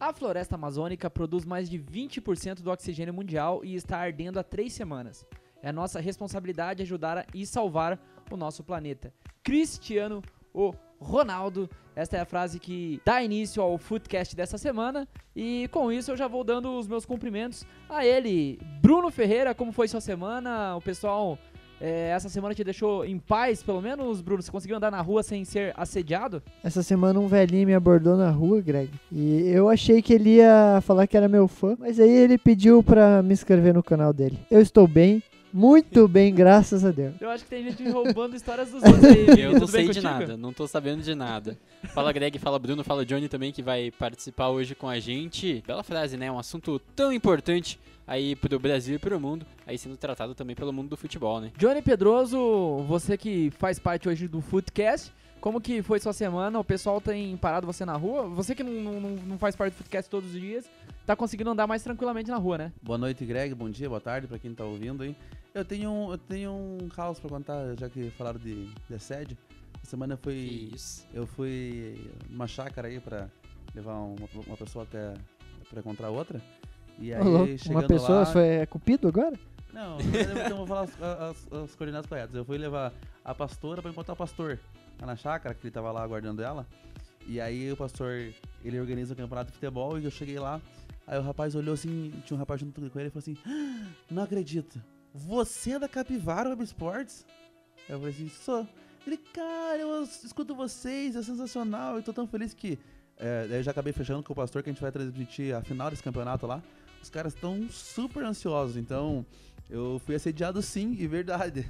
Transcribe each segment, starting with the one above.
A floresta amazônica produz mais de 20% do oxigênio mundial e está ardendo há 3 semanas. É nossa responsabilidade ajudar e salvar o nosso planeta. Cristiano Ronaldo, esta é a frase que dá início ao Footcast dessa semana. E com isso eu já vou dando os meus cumprimentos a ele. Bruno Ferreira, como foi sua semana? O pessoal... essa semana te deixou em paz, pelo menos, Bruno? Você conseguiu andar na rua sem ser assediado? Essa semana um velhinho me abordou na rua, Greg. E eu achei que ele ia falar que era meu fã, mas aí ele pediu pra me inscrever no canal dele. Eu estou bem, muito bem, graças a Deus. Eu acho que tem gente roubando histórias dos outros aí. Eu não sei de nada, não tô sabendo de nada. Fala Greg, fala Bruno, fala Johnny também, que vai participar hoje com a gente. Bela frase, né? Um assunto tão importante aí pro Brasil e pro mundo, aí sendo tratado também pelo mundo do futebol, né? Johnny Pedroso, você que faz parte hoje do Footcast, como que foi sua semana? O pessoal tem parado você na rua? Você que não faz parte do Footcast todos os dias, tá conseguindo andar mais tranquilamente na rua, né? Boa noite, Greg, bom dia, boa tarde pra quem tá ouvindo aí. Eu tenho um caos pra contar, já que falaram de assédio. Essa semana eu fui numa chácara aí pra levar uma pessoa até pra encontrar outra. E aí, chegando uma pessoa lá... foi cupido agora? Não, então vou falar as coordenadas corretas. Eu fui levar a pastora pra encontrar o pastor lá na chácara, que ele tava lá aguardando ela. E aí o pastor, ele organiza o campeonato de futebol e eu cheguei lá. Aí o rapaz olhou assim, tinha um rapaz junto com ele e falou assim: não acredito, você é da Capivara Web Sports? Eu falei assim, sou. Ele, cara, eu escuto vocês, é sensacional, eu tô tão feliz que... daí eu já acabei fechando com o pastor que a gente vai transmitir a final desse campeonato lá. Os caras estão super ansiosos, então eu fui assediado sim, e verdade,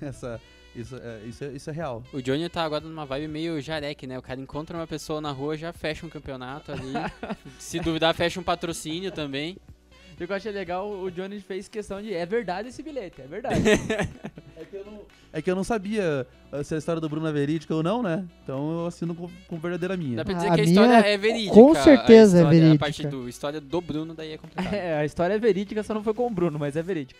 isso é real. O Johnny tá agora numa vibe meio Jarek, né? O cara encontra uma pessoa na rua, já fecha um campeonato ali, se duvidar fecha um patrocínio também. O que eu achei legal, o Johnny fez questão de, é verdade esse bilhete, é verdade. É que eu não sabia se a história do Bruno é verídica ou não, né? Então eu assino com verdadeira minha. Dá pra dizer A que a minha, história é verídica. com certeza é verídica. A parte do história do Bruno daí é complicado. A história é verídica, só não foi com o Bruno, mas é verídica.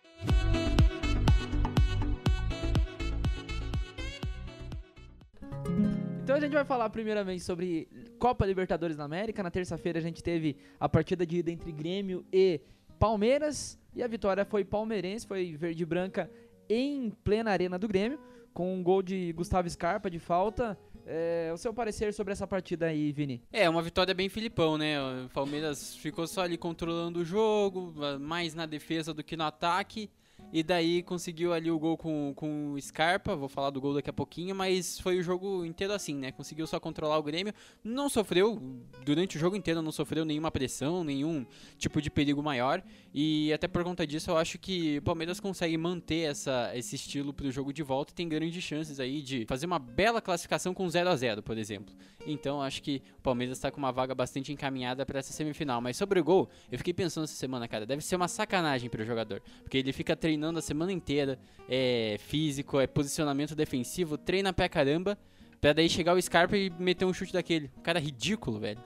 Então a gente vai falar primeiramente sobre Copa Libertadores da América. Na terça-feira a gente teve a partida de ida entre Grêmio e Palmeiras. E a vitória foi palmeirense, foi verde e branca em plena arena do Grêmio, com um gol de Gustavo Scarpa de falta. O seu parecer sobre essa partida aí, Vini? É, uma vitória bem Filipão, né? O Palmeiras ficou só ali controlando o jogo, mais na defesa do que no ataque. E daí conseguiu ali o gol com o Scarpa, vou falar do gol daqui a pouquinho, mas foi o jogo inteiro assim, né? Conseguiu só controlar o Grêmio, não sofreu, durante o jogo inteiro não sofreu nenhuma pressão, nenhum tipo de perigo maior. E até por conta disso eu acho que o Palmeiras consegue manter esse estilo pro jogo de volta e tem grandes chances aí de fazer uma bela classificação com 0-0, por exemplo. Então acho que o Palmeiras tá com uma vaga bastante encaminhada para essa semifinal. Mas sobre o gol, eu fiquei pensando essa semana, cara, deve ser uma sacanagem pro jogador, porque ele fica treinando a semana inteira, físico, posicionamento defensivo, treina pra caramba, pra daí chegar o Scarpa e meter um chute daquele. Cara, ridículo, velho.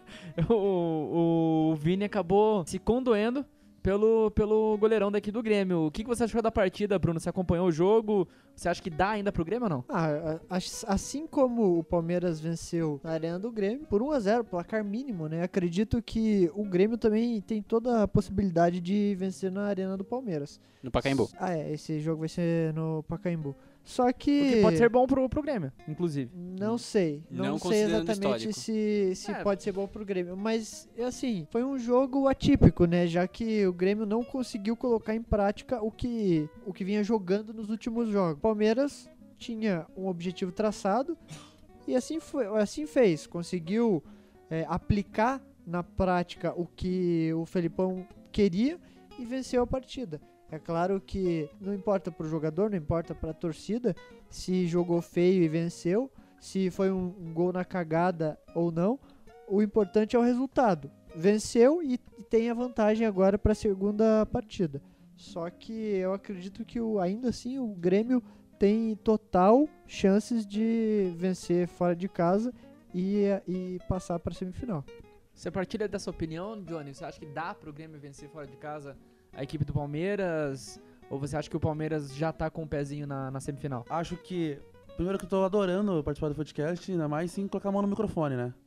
o Vini acabou se condoendo pelo goleirão daqui do Grêmio. O que você achou da partida, Bruno? Você acompanhou o jogo? Você acha que dá ainda pro Grêmio ou não? Assim como o Palmeiras venceu na arena do Grêmio, por 1-0, placar mínimo, né? Acredito que o Grêmio também tem toda a possibilidade de vencer na arena do Palmeiras. No Pacaembu. Esse jogo vai ser no Pacaembu. Só que... O que pode ser bom pro Grêmio, inclusive. Não sei. Não sei exatamente se pode ser bom pro Grêmio. Mas, assim, foi um jogo atípico, né? Já que o Grêmio não conseguiu colocar em prática o que vinha jogando nos últimos jogos. O Palmeiras tinha um objetivo traçado e assim fez. Conseguiu aplicar na prática o que o Felipão queria e venceu a partida. É claro que não importa pro jogador, não importa pra torcida se jogou feio e venceu, se foi um gol na cagada ou não. O importante é o resultado. Venceu e tem a vantagem agora para a segunda partida. Só que eu acredito que ainda assim o Grêmio tem total chances de vencer fora de casa e passar para a semifinal. Você partilha dessa opinião, Johnny? Você acha que dá pro Grêmio vencer fora de casa a equipe do Palmeiras? Ou você acha que o Palmeiras já tá com o pezinho na semifinal? Acho que, primeiro que eu tô adorando participar do podcast, ainda mais sem colocar a mão no microfone, né?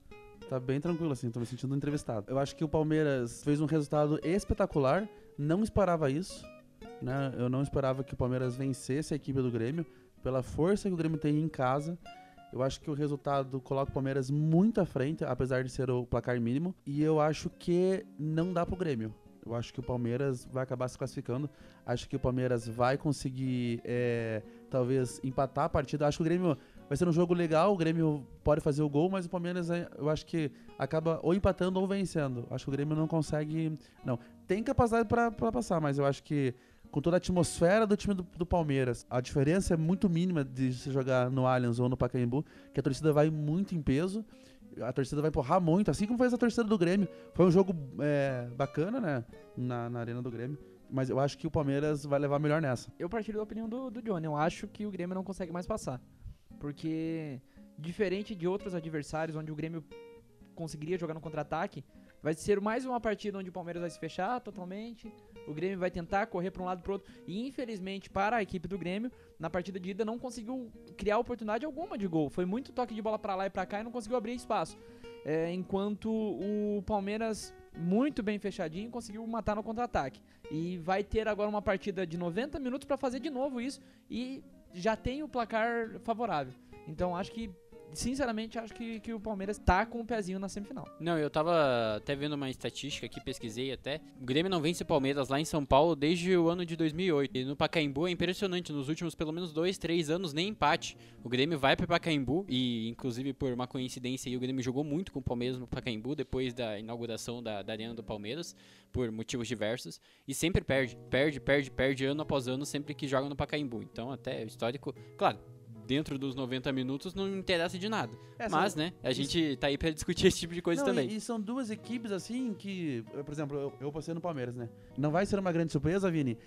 Tá bem tranquilo, assim, tô me sentindo entrevistado. Eu acho que o Palmeiras fez um resultado espetacular, não esperava isso, né? Eu não esperava que o Palmeiras vencesse a equipe do Grêmio, pela força que o Grêmio tem em casa. Eu acho que o resultado coloca o Palmeiras muito à frente, apesar de ser o placar mínimo, e eu acho que não dá pro Grêmio. Eu acho que o Palmeiras vai acabar se classificando. Acho que o Palmeiras vai conseguir, talvez, empatar a partida. Acho que o Grêmio vai ser um jogo legal. O Grêmio pode fazer o gol, mas o Palmeiras, eu acho que acaba ou empatando ou vencendo. Acho que o Grêmio não consegue... Não, tem capacidade para passar, mas eu acho que com toda a atmosfera do time do Palmeiras, a diferença é muito mínima de se jogar no Allianz ou no Pacaembu, que a torcida vai muito em peso. A torcida vai empurrar muito, assim como fez a torcida do Grêmio. Foi um jogo bacana, né? Na arena do Grêmio. Mas eu acho que o Palmeiras vai levar melhor nessa. Eu partilho da opinião do Johnny. Eu acho que o Grêmio não consegue mais passar. Porque, diferente de outros adversários, onde o Grêmio conseguiria jogar no contra-ataque, vai ser mais uma partida onde o Palmeiras vai se fechar totalmente. O Grêmio vai tentar correr para um lado e para o outro. E, infelizmente, para a equipe do Grêmio, na partida de ida não conseguiu criar oportunidade alguma de gol. Foi muito toque de bola para lá e para cá e não conseguiu abrir espaço. Enquanto o Palmeiras, muito bem fechadinho, conseguiu matar no contra-ataque. E vai ter agora uma partida de 90 minutos para fazer de novo isso. E já tem o placar favorável. Então, acho que... Sinceramente, acho que o Palmeiras tá com o pezinho na semifinal. Não, eu tava até vendo uma estatística aqui, pesquisei até. O Grêmio não vence o Palmeiras lá em São Paulo desde o ano de 2008. E no Pacaembu é impressionante, nos últimos pelo menos 2-3 anos, nem empate. O Grêmio vai pro Pacaembu e, inclusive, por uma coincidência, o Grêmio jogou muito com o Palmeiras no Pacaembu depois da inauguração da Arena do Palmeiras, por motivos diversos. E sempre perde ano após ano, sempre que joga no Pacaembu. Então, até o histórico, claro, dentro dos 90 minutos não interessa de nada. Mas, né, a gente tá aí pra discutir esse tipo de coisa também. E são duas equipes, assim, que... Por exemplo, eu passei no Palmeiras, né? Não vai ser uma grande surpresa, Vini,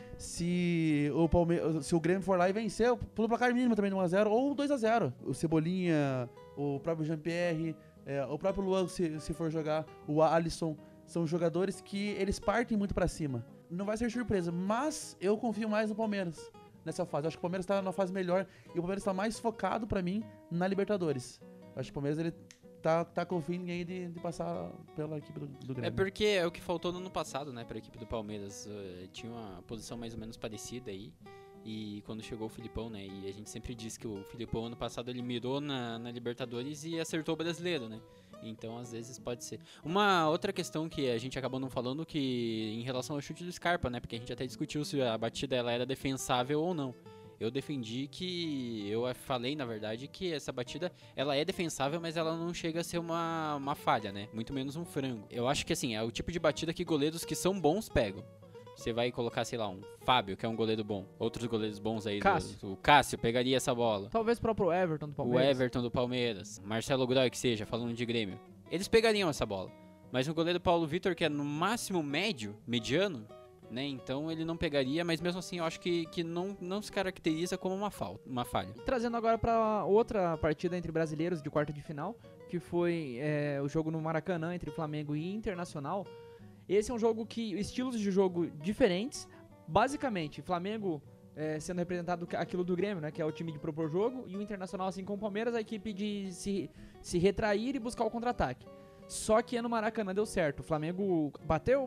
se o Grêmio for lá e vencer pelo placar mínimo também de 1x0 ou 2x0. O Cebolinha, o próprio Jean-Pierre, o próprio Luan, se for jogar, o Alisson, são jogadores que eles partem muito pra cima. Não vai ser surpresa, mas eu confio mais no Palmeiras nessa fase. Eu acho que o Palmeiras tá numa fase melhor e o Palmeiras tá mais focado pra mim na Libertadores. Eu acho que o Palmeiras ele tá com o feeling aí de passar pela equipe do Grêmio. É porque é o que faltou no ano passado, né, pra equipe do Palmeiras. Tinha uma posição mais ou menos parecida aí. E quando chegou o Filipão, né, e a gente sempre diz que o Filipão ano passado ele mirou na Libertadores e acertou o brasileiro, né. Então, às vezes, pode ser. Uma outra questão que a gente acabou não falando, que em relação ao chute do Scarpa, né? Porque a gente até discutiu se a batida ela era defensável ou não. Eu defendi eu falei, na verdade, que essa batida, ela é defensável, mas ela não chega a ser uma falha, né? Muito menos um frango. Eu acho que, assim, é o tipo de batida que goleiros que são bons pegam. Você vai colocar, sei lá, um Fábio, que é um goleiro bom. Outros goleiros bons aí. O Cássio pegaria essa bola. Talvez o próprio Everton do Palmeiras. O Everton do Palmeiras. Marcelo Grau, que seja, falando de Grêmio. Eles pegariam essa bola. Mas o goleiro Paulo Vitor, que é no máximo mediano, né? Então ele não pegaria, mas mesmo assim eu acho que não se caracteriza como uma falha. E trazendo agora para outra partida entre brasileiros de quarta de final, que foi o jogo no Maracanã entre Flamengo e Internacional. Esse é um jogo que estilos de jogo diferentes. Basicamente, Flamengo sendo representado aquilo do Grêmio, né, que é o time de propor jogo, e o Internacional, assim como o Palmeiras, a equipe de se retrair e buscar o contra-ataque. Só que no Maracanã deu certo. O Flamengo bateu.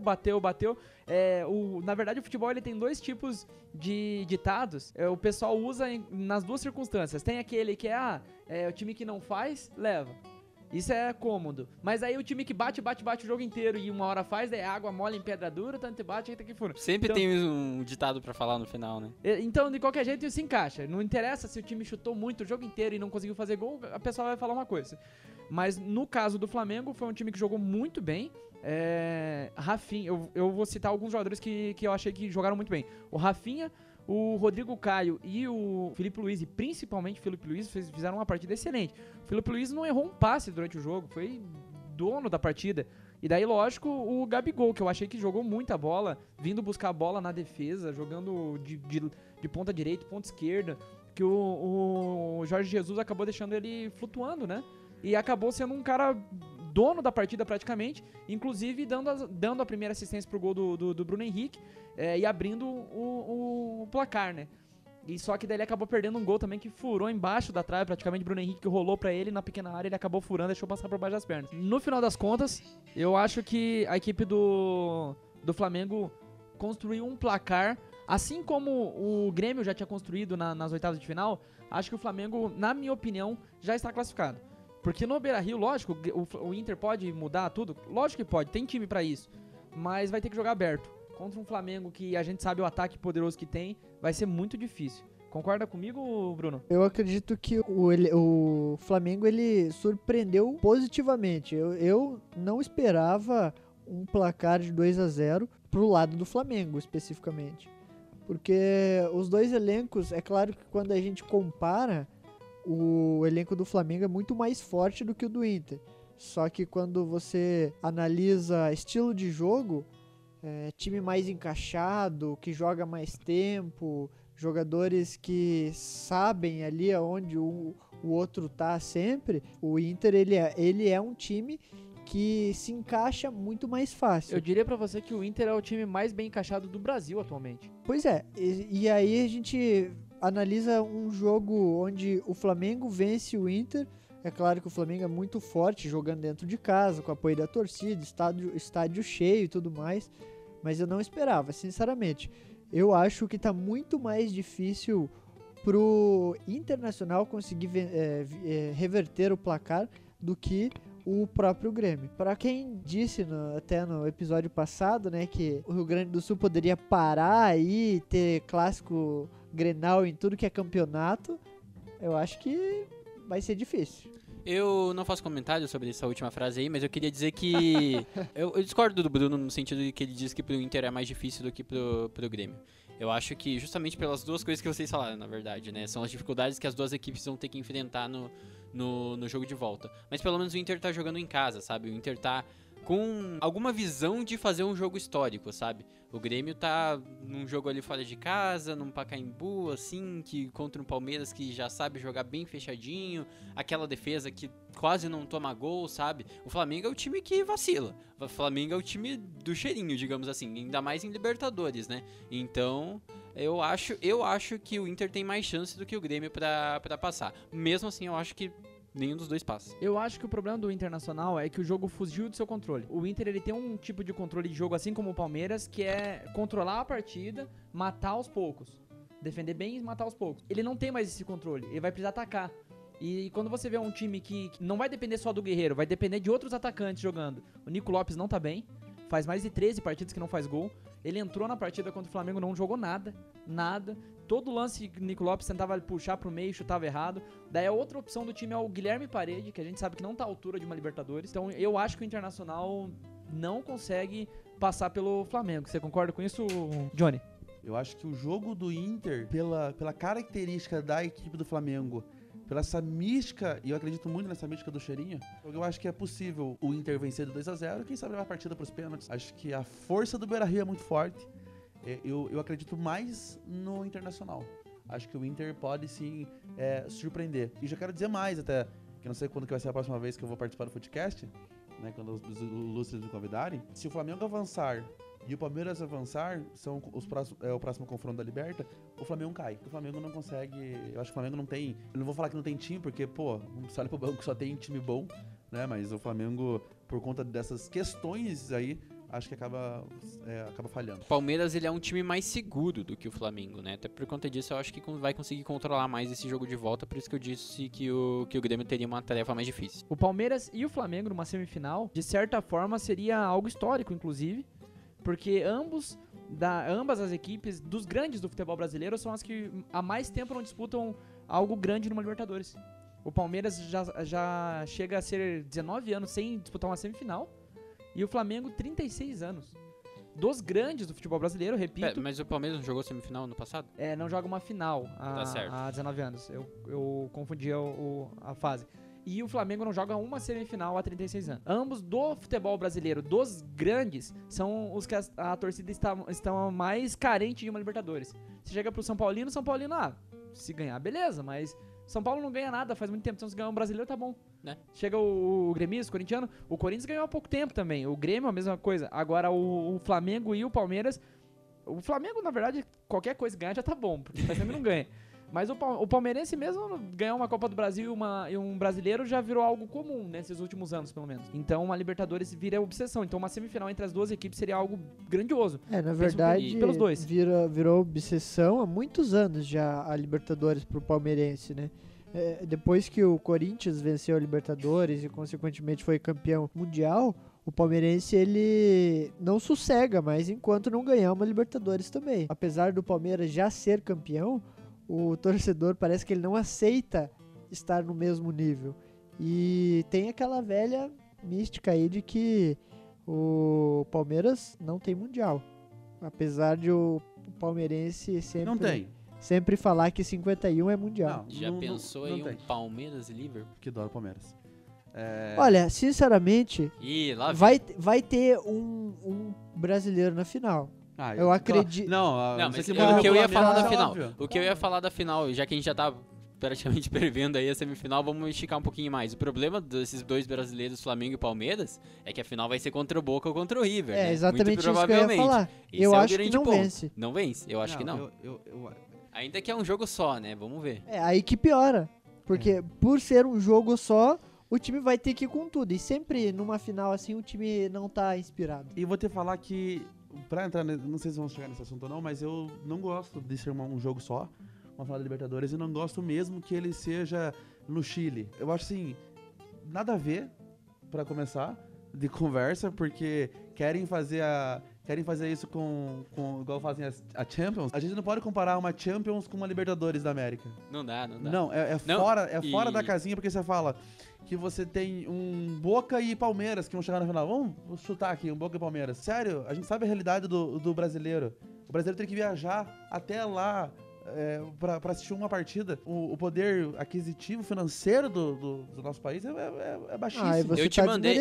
Na verdade, o futebol ele tem dois tipos de ditados. O pessoal usa nas duas circunstâncias. Tem aquele que o time que não faz, leva. Isso é cômodo. Mas aí o time que bate o jogo inteiro e uma hora faz, água mole em pedra dura, tanto bate, eita que fura. Sempre então, tem um ditado pra falar no final, né? Então, de qualquer jeito, isso se encaixa. Não interessa se o time chutou muito o jogo inteiro e não conseguiu fazer gol, a pessoa vai falar uma coisa. Mas no caso do Flamengo, foi um time que jogou muito bem. Rafinha, eu vou citar alguns jogadores que eu achei que jogaram muito bem. O Rafinha, o Rodrigo Caio e o Felipe Luiz, e principalmente o Felipe Luiz, fizeram uma partida excelente. O Felipe Luiz não errou um passe durante o jogo, foi dono da partida. E daí, lógico, o Gabigol, que eu achei que jogou muita bola, vindo buscar a bola na defesa, jogando de ponta direita, ponta esquerda, que o Jorge Jesus acabou deixando ele flutuando, né? E acabou sendo um cara dono da partida praticamente, inclusive dando a primeira assistência pro gol do Bruno Henrique e abrindo o placar, né? E só que daí ele acabou perdendo um gol também que furou embaixo da trave, praticamente Bruno Henrique que rolou pra ele na pequena área, ele acabou furando, deixou passar por baixo das pernas. No final das contas, eu acho que a equipe do Flamengo construiu um placar, assim como o Grêmio já tinha construído nas oitavas de final, acho que o Flamengo, na minha opinião, já está classificado. Porque no Beira-Rio, lógico, o Inter pode mudar tudo, lógico que pode, tem time pra isso, mas vai ter que jogar aberto. Contra um Flamengo que a gente sabe o ataque poderoso que tem, vai ser muito difícil. Concorda comigo, Bruno? Eu acredito que o Flamengo ele surpreendeu positivamente. Eu não esperava um placar de 2-0 pro lado do Flamengo, especificamente. Porque os dois elencos, é claro que quando a gente compara, o elenco do Flamengo é muito mais forte do que o do Inter. Só que quando você analisa estilo de jogo, time mais encaixado, que joga mais tempo, jogadores que sabem ali aonde o outro tá sempre, o Inter ele é um time que se encaixa muito mais fácil. Eu diria pra você que o Inter é o time mais bem encaixado do Brasil atualmente. Pois é, e aí a gente analisa um jogo onde o Flamengo vence o Inter. É claro que o Flamengo é muito forte jogando dentro de casa, com o apoio da torcida, estádio cheio e tudo mais. Mas eu não esperava, sinceramente. Eu acho que tá muito mais difícil pro Internacional conseguir reverter o placar do que o próprio Grêmio. Para quem disse até no episódio passado, né, que o Rio Grande do Sul poderia parar aí, ter clássico Grenal em tudo que é campeonato, eu acho que vai ser difícil. Eu não faço comentário sobre essa última frase aí, mas eu queria dizer que eu discordo do Bruno no sentido de que ele diz que pro Inter é mais difícil do que pro Grêmio. Eu acho que justamente pelas duas coisas que vocês falaram, na verdade, né? São as dificuldades que as duas equipes vão ter que enfrentar no jogo de volta. Mas pelo menos o Inter tá jogando em casa, sabe? O Inter tá com alguma visão de fazer um jogo histórico, sabe? O Grêmio tá num jogo ali fora de casa, num Pacaembu, assim, que contra um Palmeiras que já sabe jogar bem fechadinho, aquela defesa que quase não toma gol, sabe? O Flamengo é o time que vacila. O Flamengo é o time do cheirinho, digamos assim, ainda mais em Libertadores, né? Então, eu acho que o Inter tem mais chance do que o Grêmio pra passar. Mesmo assim, eu acho que nenhum dos dois passa. Eu acho que o problema do Internacional é que o jogo fugiu do seu controle. O Inter ele tem um tipo de controle de jogo, assim como o Palmeiras, que é controlar a partida, matar aos poucos. Defender bem e matar aos poucos. Ele não tem mais esse controle, ele vai precisar atacar. E quando você vê um time que não vai depender só do Guerreiro, vai depender de outros atacantes jogando. O Nico Lopes não tá bem, faz mais de 13 partidas que não faz gol. Ele entrou na partida contra o Flamengo, não jogou nada. Todo lance que o Nico Lopes tentava puxar pro meio, chutava errado. Daí a outra opção do time é o Guilherme Parede, que a gente sabe que não tá à altura de uma Libertadores. Então eu acho que o Internacional não consegue passar pelo Flamengo. Você concorda com isso, Johnny? Eu acho que o jogo do Inter, pela característica da equipe do Flamengo, pela essa mística, e eu acredito muito nessa mística do cheirinho, eu acho que é possível o Inter vencer do 2-0 e quem sabe levar a partida pros pênaltis. Acho que a força do Beira-Rio é muito forte. Eu acredito mais no Internacional. Acho que o Inter pode sim surpreender. E já quero dizer mais até, que não sei quando que vai ser a próxima vez que eu vou participar do podcast, né, quando os ilustres me convidarem. Se o Flamengo avançar e o Palmeiras avançar, são o próximo confronto da Liberta, o Flamengo cai. O Flamengo não consegue. Eu acho que o Flamengo não tem. Eu não vou falar que não tem time, porque, pô, você olha pro banco, só tem time bom, né? Mas o Flamengo, por conta dessas questões aí, acho que acaba falhando. O Palmeiras ele é um time mais seguro do que o Flamengo, né? Até por conta disso, eu acho que vai conseguir controlar mais esse jogo de volta. Por isso que eu disse que o Grêmio teria uma tarefa mais difícil. O Palmeiras e o Flamengo numa semifinal, de certa forma, seria algo histórico, inclusive. Porque ambas as equipes dos grandes do futebol brasileiro são as que há mais tempo não disputam algo grande numa Libertadores. O Palmeiras já chega a ser 19 anos sem disputar uma semifinal. E o Flamengo, 36 anos. Dos grandes do futebol brasileiro, repito. Mas o Palmeiras não jogou semifinal no passado? Não joga uma final há 19 anos. Eu confundi a fase. E o Flamengo não joga uma semifinal há 36 anos. Ambos do futebol brasileiro, dos grandes, são os que a torcida está mais carente de uma Libertadores. Você chega pro São Paulino, se ganhar, beleza, mas São Paulo não ganha nada faz muito tempo, então se ganhar um brasileiro tá bom, né? Chega o gremista, o corintiano, o Corinthians ganhou há pouco tempo também, o Grêmio a mesma coisa. Agora o Flamengo e o Palmeiras O Flamengo, na verdade, qualquer coisa ganhar já tá bom, porque faz tempo que não ganha. Mas o palmeirense mesmo ganhar uma Copa do Brasil e um brasileiro já virou algo comum nesses últimos anos, pelo menos. Então, uma Libertadores vira obsessão. Então, uma semifinal entre as duas equipes seria algo grandioso. Na verdade, pelos dois. Virou obsessão há muitos anos já a Libertadores pro palmeirense, né? Depois que o Corinthians venceu a Libertadores e, consequentemente, foi campeão mundial, o palmeirense, ele não sossega mais enquanto não ganhar uma Libertadores também. Apesar do Palmeiras já ser campeão, o torcedor parece que ele não aceita estar no mesmo nível. E tem aquela velha mística aí de que o Palmeiras não tem mundial. Apesar de o palmeirense sempre falar que 51 é mundial. Já pensou em um Palmeiras e Liverpool? Que dó o Palmeiras. Olha, sinceramente, vai ter um brasileiro na final. Eu acredito. Mas o que eu ia falar da final. O que eu ia falar da final, já que a gente já tá praticamente prevendo aí a semifinal, vamos esticar um pouquinho mais. O problema desses dois brasileiros, Flamengo e Palmeiras, é que a final vai ser contra o Boca ou contra o River. É, né? Exatamente isso que eu ia falar. Eu acho que não vence. Não vence? Eu acho que não. Ainda que é um jogo só, né? Vamos ver. Aí que piora. Porque por ser um jogo só, o time vai ter que ir com tudo. E sempre numa final assim, o time não tá inspirado. E vou te falar que, pra entrar, não sei se vamos chegar nesse assunto ou não, mas eu não gosto de ser um jogo só, uma final da Libertadores, e não gosto mesmo que ele seja no Chile. Eu acho assim, nada a ver, pra começar, de conversa, porque querem fazer isso com igual fazem a Champions. A gente não pode comparar uma Champions com uma Libertadores da América. Não dá. Não, fora da casinha, porque você fala que você tem um Boca e Palmeiras que vão chegar na final. Vamos chutar aqui, um Boca e Palmeiras. Sério, a gente sabe a realidade do brasileiro. O brasileiro tem que viajar até lá pra assistir uma partida. O poder aquisitivo financeiro do nosso país é baixíssimo. Eu te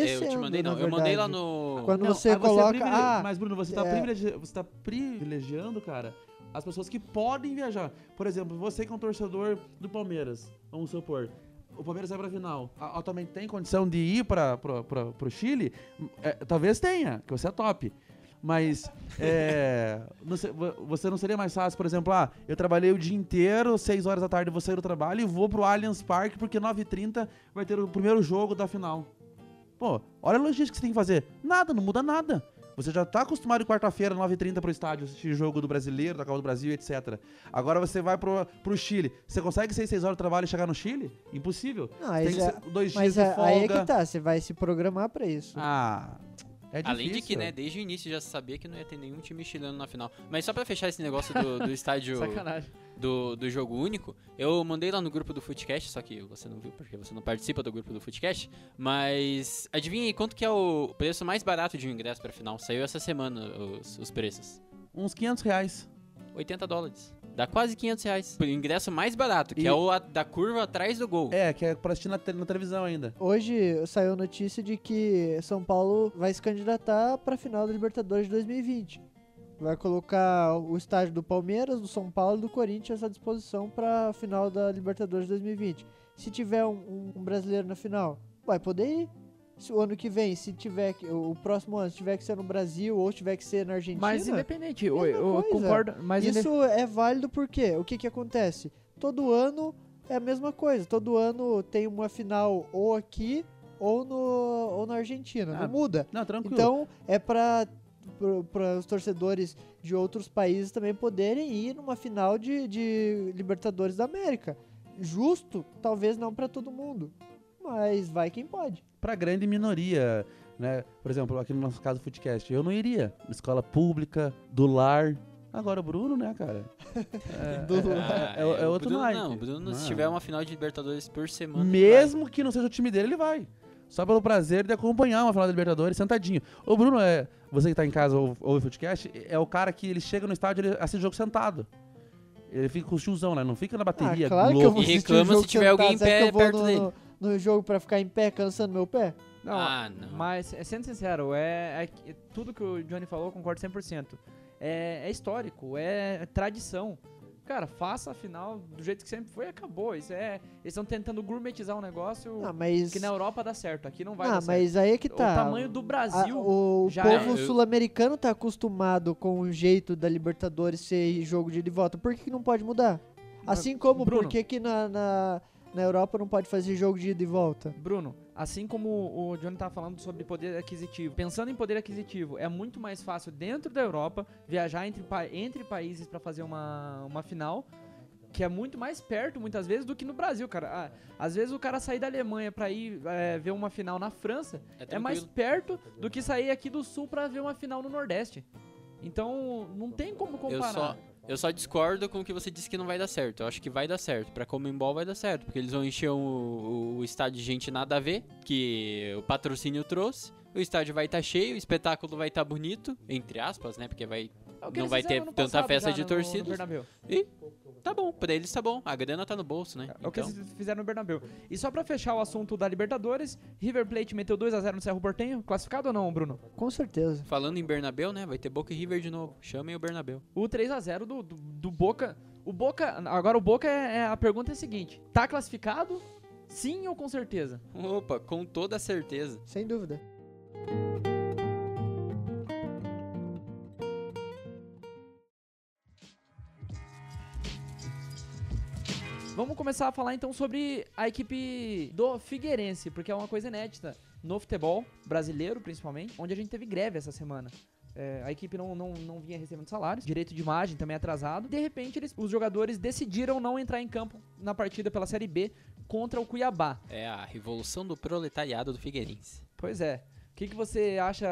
mandei lá no... Quando você coloca... Mas, Bruno, você tá privilegiando, cara, as pessoas que podem viajar. Por exemplo, você que é um torcedor do Palmeiras, vamos supor, o Palmeiras vai pra final. Atualmente tem condição de ir pro Chile? Talvez tenha, que você é top. Mas você não seria mais fácil, por exemplo, eu trabalhei o dia inteiro, 6 horas da tarde vou sair do trabalho e vou pro Allianz Parque porque 9h30 vai ter o primeiro jogo da final. Pô, olha a logística que você tem que fazer. Nada, não muda nada. Você já tá acostumado em quarta-feira, 9h30 pro estádio, assistir jogo do Brasileiro, da Copa do Brasil, etc. Agora você vai pro Chile. Você consegue 6 horas de trabalho e chegar no Chile? Impossível. Não, tem 2 dias de folga. Aí é que tá, você vai se programar pra isso. É difícil. Além de que, né, desde o início já sabia que não ia ter nenhum time chileno na final. Mas só pra fechar esse negócio do estádio do jogo único, eu mandei lá no grupo do Footcast, só que você não viu porque você não participa do grupo do Footcast, mas adivinha aí quanto que é o preço mais barato de um ingresso pra final? Saiu essa semana os preços. Uns R$500. $80. Dá quase R$500. O ingresso mais barato, que é o da curva atrás do gol. Que é pra assistir na televisão ainda. Hoje saiu notícia de que São Paulo vai se candidatar pra final da Libertadores de 2020. Vai colocar o estádio do Palmeiras, do São Paulo e do Corinthians à disposição pra final da Libertadores de 2020. Se tiver um brasileiro na final, vai poder ir. O ano que vem, o próximo ano, se tiver que ser no Brasil ou se tiver que ser na Argentina... Mas independente, eu concordo... Mas isso é válido porque o que acontece? Todo ano é a mesma coisa. Todo ano tem uma final ou aqui ou na Argentina. Não muda. Não, tranquilo. Então, é para os torcedores de outros países também poderem ir numa final de Libertadores da América. Justo, talvez não para todo mundo. Mas vai quem pode. Pra grande minoria, né? Por exemplo, aqui no nosso caso do Footcast, eu não iria. Escola pública, do lar. Agora o Bruno, né, cara? É outro naipe. Não, o Bruno, se tiver uma final de Libertadores por semana... Mesmo que não seja o time dele, ele vai. Só pelo prazer de acompanhar uma final da Libertadores sentadinho. O Bruno, você que tá em casa ou ouve o Footcast, é o cara que ele chega no estádio e ele assiste o jogo sentado. Ele fica com o tiozão, né? Não fica na bateria. Claro que eu vou e reclama se tiver alguém em pé perto dele. No jogo pra ficar em pé, cansando meu pé? Não, mas, sendo sincero, tudo que o Johnny falou, eu concordo 100%. É histórico, é tradição. Cara, faça a final do jeito que sempre foi e acabou. Eles estão tentando gourmetizar um negócio que na Europa dá certo, aqui não vai dar certo. Mas aí é que tá. O tamanho do Brasil o povo sul-americano tá acostumado com o jeito da Libertadores ser jogo de ida e volta. Por que não pode mudar? Assim como, Bruno, por que na Europa não pode fazer jogo de ida e volta? Bruno, assim como o Johnny tá falando sobre poder aquisitivo, pensando em poder aquisitivo, é muito mais fácil dentro da Europa viajar entre países pra fazer uma final, que é muito mais perto, muitas vezes, do que no Brasil, cara. Às vezes o cara sair da Alemanha pra ir ver uma final na França é mais perto do que sair aqui do Sul pra ver uma final no Nordeste. Então, não tem como comparar. Eu só discordo com o que você disse que não vai dar certo. Eu acho que vai dar certo. Pra Conmebol vai dar certo, porque eles vão encher o estádio de gente nada a ver, que o patrocínio trouxe. O estádio vai estar cheio, o espetáculo vai estar bonito, entre aspas, né? Porque não vai ter tanta festa de torcida. E tá bom, pra eles tá bom. A grana tá no bolso, né? É o que eles fizeram no Bernabéu. E só pra fechar o assunto da Libertadores, River Plate meteu 2-0 no Cerro Porteño. Classificado ou não, Bruno? Com certeza. Falando em Bernabéu, né? Vai ter Boca e River de novo. Chamem o Bernabéu. O 3-0 do Boca. Agora o Boca a pergunta é a seguinte: tá classificado? Sim ou com certeza? Opa, com toda certeza. Sem dúvida. Vamos começar a falar então sobre a equipe do Figueirense, porque é uma coisa inédita no futebol brasileiro, principalmente, onde a gente teve greve essa semana. A equipe não vinha recebendo salários, direito de imagem também atrasado. De repente, os jogadores decidiram não entrar em campo na partida pela Série B contra o Cuiabá. É a revolução do proletariado do Figueirense. Pois é. O que você acha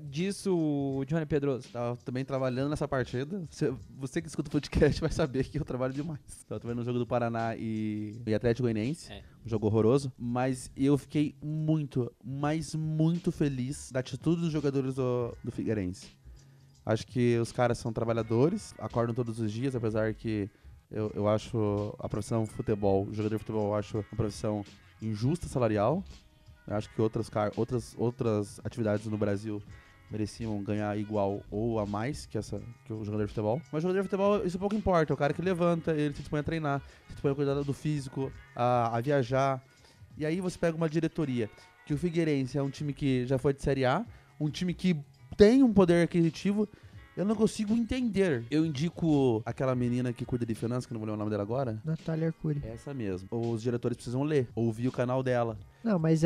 disso, Johnny Pedroso? Tava também trabalhando nessa partida. Você que escuta o podcast vai saber que eu trabalho demais. Tava vendo o jogo do Paraná e Atlético Goianiense. Um jogo horroroso. Mas eu fiquei muito, mas muito feliz da atitude dos jogadores do Figueirense. Acho que os caras são trabalhadores, acordam todos os dias, apesar que eu acho a profissão futebol, o jogador de futebol, eu acho uma profissão injusta salarial. Eu acho que outras atividades no Brasil mereciam ganhar igual ou a mais que o jogador de futebol. Mas o jogador de futebol, isso pouco importa. É o cara que levanta, ele se dispõe a treinar, se dispõe a cuidar do físico, a viajar. E aí você pega uma diretoria, que o Figueirense é um time que já foi de Série A, um time que tem um poder aquisitivo. Eu não consigo entender. Eu indico aquela menina que cuida de finanças, que eu não vou lembrar o nome dela agora. Natália Arcuri. Essa mesmo. Os diretores precisam ler, ouvir o canal dela. Não, mas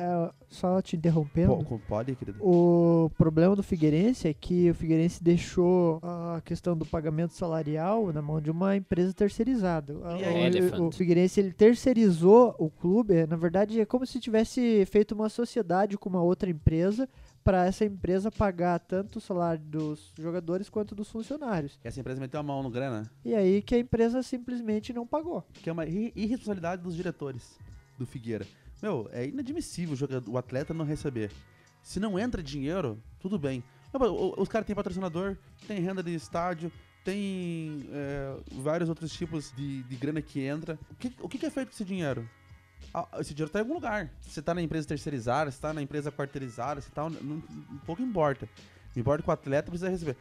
só te interrompendo. Pode, querido. O problema do Figueirense é que o Figueirense deixou a questão do pagamento salarial na mão de uma empresa terceirizada. O Figueirense, ele terceirizou o clube. Na verdade, é como se tivesse feito uma sociedade com uma outra empresa, para essa empresa pagar tanto o salário dos jogadores quanto dos funcionários. E essa empresa meteu a mão no grana? E aí que a empresa simplesmente não pagou. Que é uma irresponsabilidade dos diretores do Figueira. Meu, é inadmissível o atleta não receber. Se não entra dinheiro, tudo bem. Os caras têm patrocinador, tem renda de estádio, tem vários outros tipos de grana que entra. O que é feito com esse dinheiro? Esse dinheiro tá em algum lugar. Você tá na empresa terceirizada, você tá na empresa quarteirizada, você tá... Um pouco importa. Me importa que o atleta precisa receber.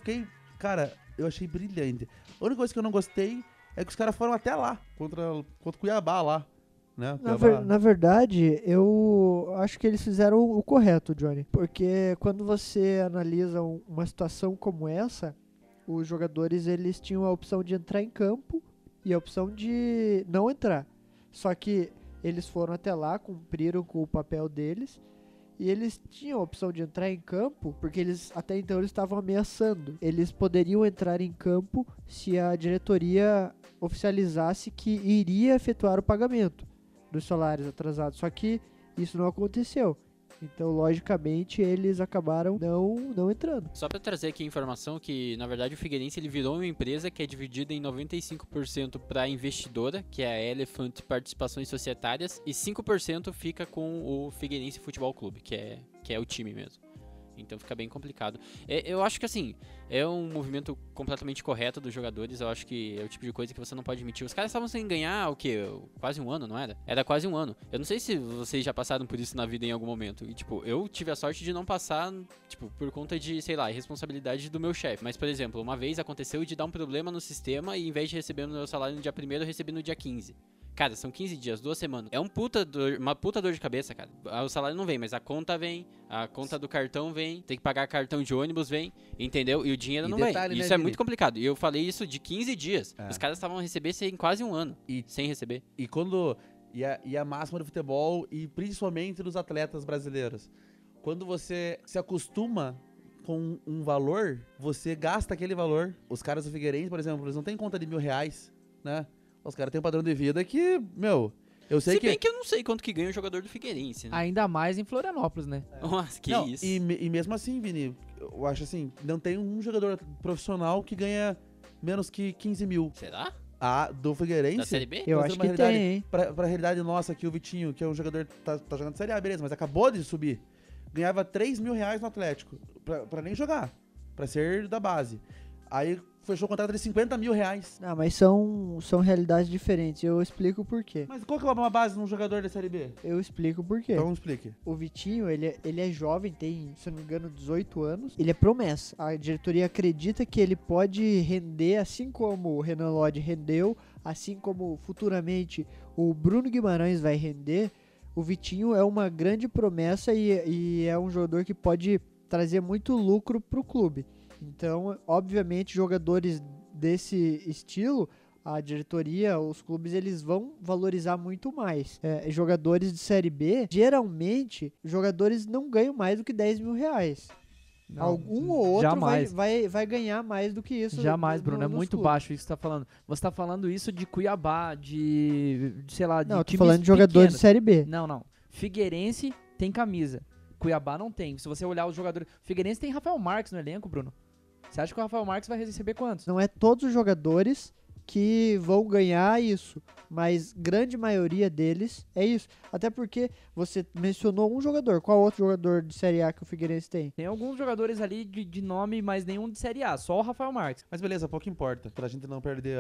Eu achei brilhante. A única coisa que eu não gostei é que os caras foram até lá, contra o Cuiabá lá. Né? Na verdade, eu acho que eles fizeram o correto, Johnny. Porque quando você analisa uma situação como essa, os jogadores eles tinham a opção de entrar em campo e a opção de não entrar. Só que eles foram até lá, cumpriram com o papel deles, e eles tinham a opção de entrar em campo, porque até então eles estavam ameaçando. Eles poderiam entrar em campo se a diretoria oficializasse que iria efetuar o pagamento dos salários atrasados. Só que isso não aconteceu. Então, logicamente, eles acabaram não entrando. Só para trazer aqui a informação que, na verdade, o Figueirense ele virou uma empresa que é dividida em 95% para a investidora, que é a Elephant Participações Societárias, e 5% fica com o Figueirense Futebol Clube, que é o time mesmo. Então fica bem complicado. Eu acho que assim, é um movimento completamente correto dos jogadores. Eu acho que é o tipo de coisa que você não pode admitir. Os caras estavam sem ganhar o quê? Quase um ano, não era? Era quase um ano. Eu não sei se vocês já passaram por isso na vida em algum momento. E tipo, eu tive a sorte de não passar, tipo, por conta de, sei lá, irresponsabilidade do meu chefe. Mas, por exemplo, uma vez aconteceu de dar um problema no sistema e em vez de receber o meu salário no dia 1º, eu recebi no dia 15. Cara, são 15 dias, 2 semanas. É uma puta dor de cabeça, cara. O salário não vem, mas a conta vem, a conta do cartão vem, tem que pagar cartão de ônibus, vem, entendeu? E o dinheiro não detalhe, vem. né, Isso é Vini? muito complicado. E eu falei isso de 15 dias. Os caras estavam a receber sem quase um ano, sem receber. E quando... E a máxima do futebol, e principalmente dos atletas brasileiros. Quando você se acostuma com um valor, você gasta aquele valor. Os caras do Figueirense, por exemplo, eles não têm conta de R$1.000, né? Os caras têm um padrão de vida que, meu... Eu sei Se bem que eu não sei quanto que ganha o jogador do Figueirense, né? Ainda mais em Florianópolis, né? Nossa, que não, isso. E mesmo assim, Vini, eu acho assim, não tem um jogador profissional que ganha menos que 15 mil. Será? Do Figueirense. Da Série B? Eu Pra acho ter uma que realidade- tem, hein? Pra realidade nossa aqui, o Vitinho, que é um jogador que tá jogando Série A, beleza, mas acabou de subir. Ganhava R$3.000 no Atlético, pra nem jogar, pra ser da base. Aí fechou o contrato de R$50.000. Não, mas são realidades diferentes. Eu explico por quê. Mas qual que é uma base num jogador da Série B? Eu explico por quê. Então explique. O Vitinho, ele é jovem, tem, se eu não me engano, 18 anos. Ele é promessa. A diretoria acredita que ele pode render, assim como o Renan Lodge rendeu, assim como futuramente o Bruno Guimarães vai render. O Vitinho é uma grande promessa e é um jogador que pode trazer muito lucro pro clube. Então, obviamente, jogadores desse estilo, a diretoria, os clubes, eles vão valorizar muito mais. Jogadores de Série B, geralmente, jogadores não ganham mais do que R$10.000. Não, Algum ou outro jamais. vai ganhar mais do que isso. Jamais, Bruno, é nos muito clubes. baixo isso que você tá falando. Você tá falando isso de Cuiabá, sei lá, de Não, eu tô times falando de jogadores de pequenos. Série B. Não. Figueirense tem camisa. Cuiabá não tem. Se você olhar os jogadores... Figueirense tem Rafael Marques no elenco, Bruno. Você acha que o Rafael Marques vai receber quantos? Não é todos os jogadores que vão ganhar isso, mas grande maioria deles é isso. Até porque você mencionou um jogador. Qual outro jogador de Série A que o Figueirense tem? Tem alguns jogadores ali de nome, mas nenhum de Série A. Só o Rafael Marques. Mas beleza, pouco importa. Pra gente não perder